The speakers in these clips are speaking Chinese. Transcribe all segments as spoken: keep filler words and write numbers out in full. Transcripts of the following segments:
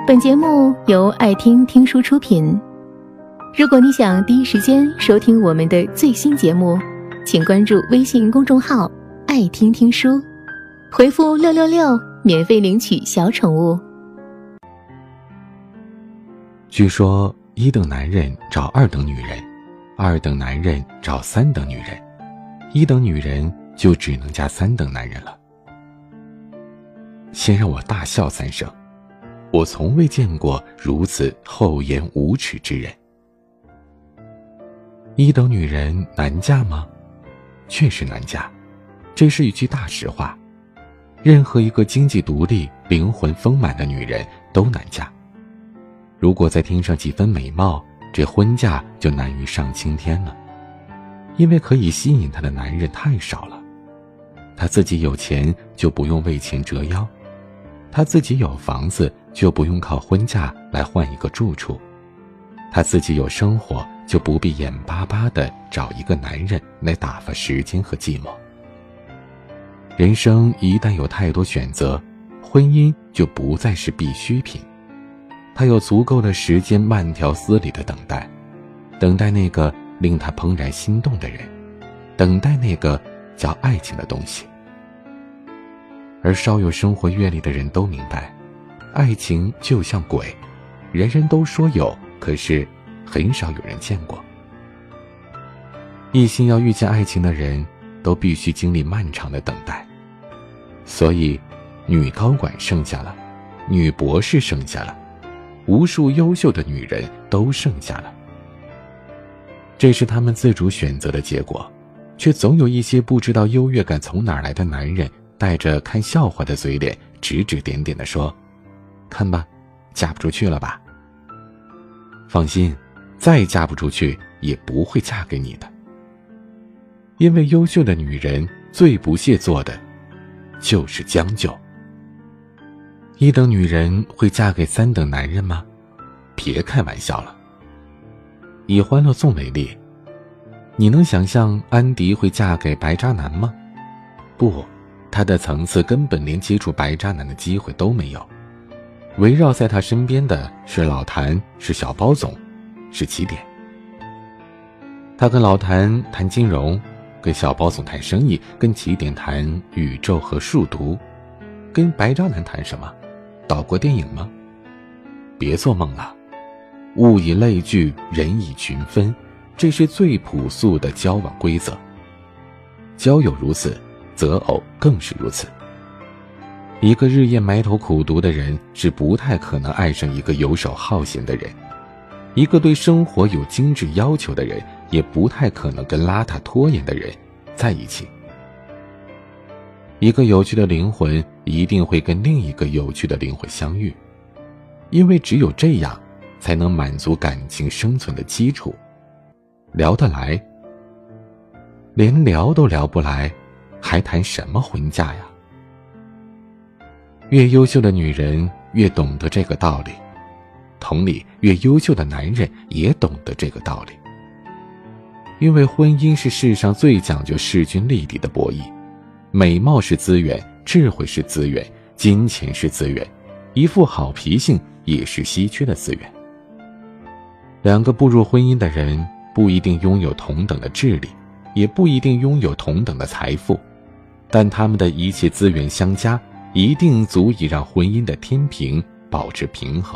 本节目由爱听听书出品。如果你想第一时间收听我们的最新节目，请关注微信公众号爱听听书，回复六六六免费领取小宠物。 据说一等男人找二等女人，二等男人找三等女人，一等女人就只能嫁三等男人了。先让我大笑三声，我从未见过如此厚颜无耻之人。一等女人难嫁吗？确实难嫁，这是一句大实话。任何一个经济独立、灵魂丰满的女人都难嫁。如果再添上几分美貌，这婚嫁就难于上青天了。因为可以吸引她的男人太少了。她自己有钱就不用为钱折腰，她自己有房子就不用靠婚嫁来换一个住处，她自己有生活就不必眼巴巴地找一个男人来打发时间和寂寞。人生一旦有太多选择，婚姻就不再是必需品。她有足够的时间慢条斯理地等待，等待那个令她怦然心动的人，等待那个叫爱情的东西。而稍有生活阅历的人都明白，爱情就像鬼，人人都说有，可是很少有人见过。一心要遇见爱情的人都必须经历漫长的等待。所以女高管剩下了，女博士剩下了，无数优秀的女人都剩下了。这是他们自主选择的结果，却总有一些不知道优越感从哪儿来的男人带着看笑话的嘴脸指指点点地说，看吧，嫁不出去了吧。放心，再嫁不出去也不会嫁给你的。因为优秀的女人最不屑做的就是将就。一等女人会嫁给三等男人吗？别开玩笑了。以《欢乐颂》为例，你能想象安迪会嫁给白渣男吗？不，他的层次根本连接触白渣男的机会都没有。围绕在他身边的是老谭，是小包总，是起点。他跟老谭谈金融，跟小包总谈生意，跟起点谈宇宙和数独。跟白渣男谈什么？导过电影吗？别做梦了。物以类聚，人以群分，这是最朴素的交往规则。交友如此，择偶更是如此。一个日夜埋头苦读的人是不太可能爱上一个游手好闲的人，一个对生活有精致要求的人也不太可能跟邋遢拖延的人在一起。一个有趣的灵魂一定会跟另一个有趣的灵魂相遇，因为只有这样才能满足感情生存的基础。聊得来，连聊都聊不来，还谈什么婚嫁呀？越优秀的女人越懂得这个道理，同理，越优秀的男人也懂得这个道理。因为婚姻是世上最讲究势均力敌的博弈，美貌是资源，智慧是资源，金钱是资源，一副好脾性也是稀缺的资源。两个步入婚姻的人不一定拥有同等的智力，也不一定拥有同等的财富，但他们的一切资源相加，一定足以让婚姻的天平保持平衡。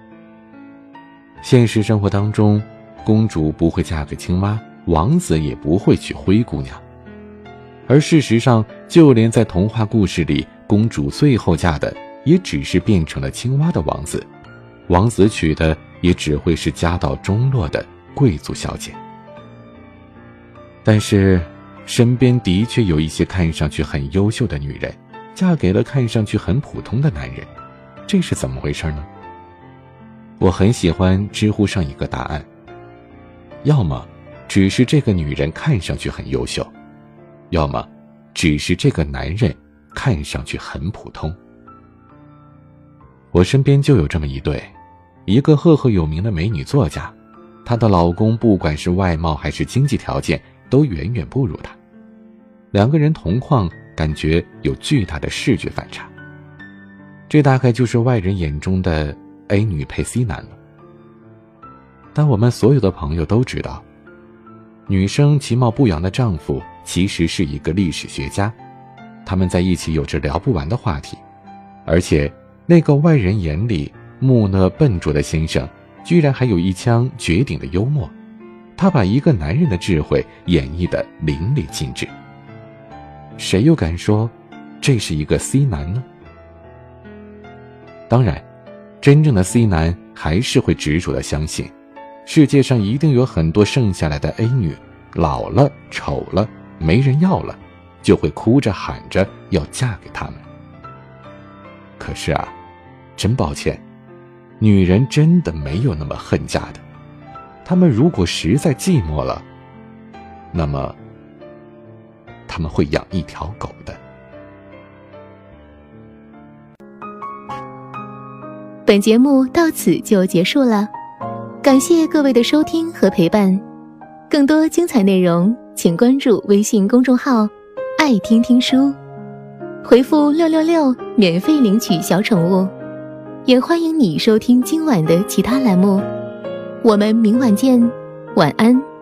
现实生活当中，公主不会嫁给青蛙，王子也不会娶灰姑娘。而事实上，就连在童话故事里，公主最后嫁的也只是变成了青蛙的王子，王子娶的也只会是家道中落的贵族小姐。但是身边的确有一些看上去很优秀的女人，嫁给了看上去很普通的男人，这是怎么回事呢？我很喜欢知乎上一个答案，要么只是这个女人看上去很优秀，要么只是这个男人看上去很普通。我身边就有这么一对，一个赫赫有名的美女作家，她的老公不管是外貌还是经济条件都远远不如她，两个人同框，感觉有巨大的视觉反差。这大概就是外人眼中的 A 女配 C 男了。但我们所有的朋友都知道，女生其貌不扬的丈夫其实是一个历史学家，他们在一起有着聊不完的话题，而且那个外人眼里木讷笨拙的先生居然还有一腔绝顶的幽默，他把一个男人的智慧演绎得淋漓尽致。谁又敢说这是一个 C 男呢？当然，真正的 C 男还是会执着地相信世界上一定有很多剩下来的 A 女，老了丑了没人要了，就会哭着喊着要嫁给他们。可是啊，真抱歉，女人真的没有那么恨嫁的，她们如果实在寂寞了，那么她们会养一条狗的。 本节目到此就结束了，感谢各位的收听和陪伴。更多精彩内容请关注微信公众号爱听听书，回复六六六免费领取小宠物。也欢迎你收听今晚的其他栏目，我们明晚见，晚安。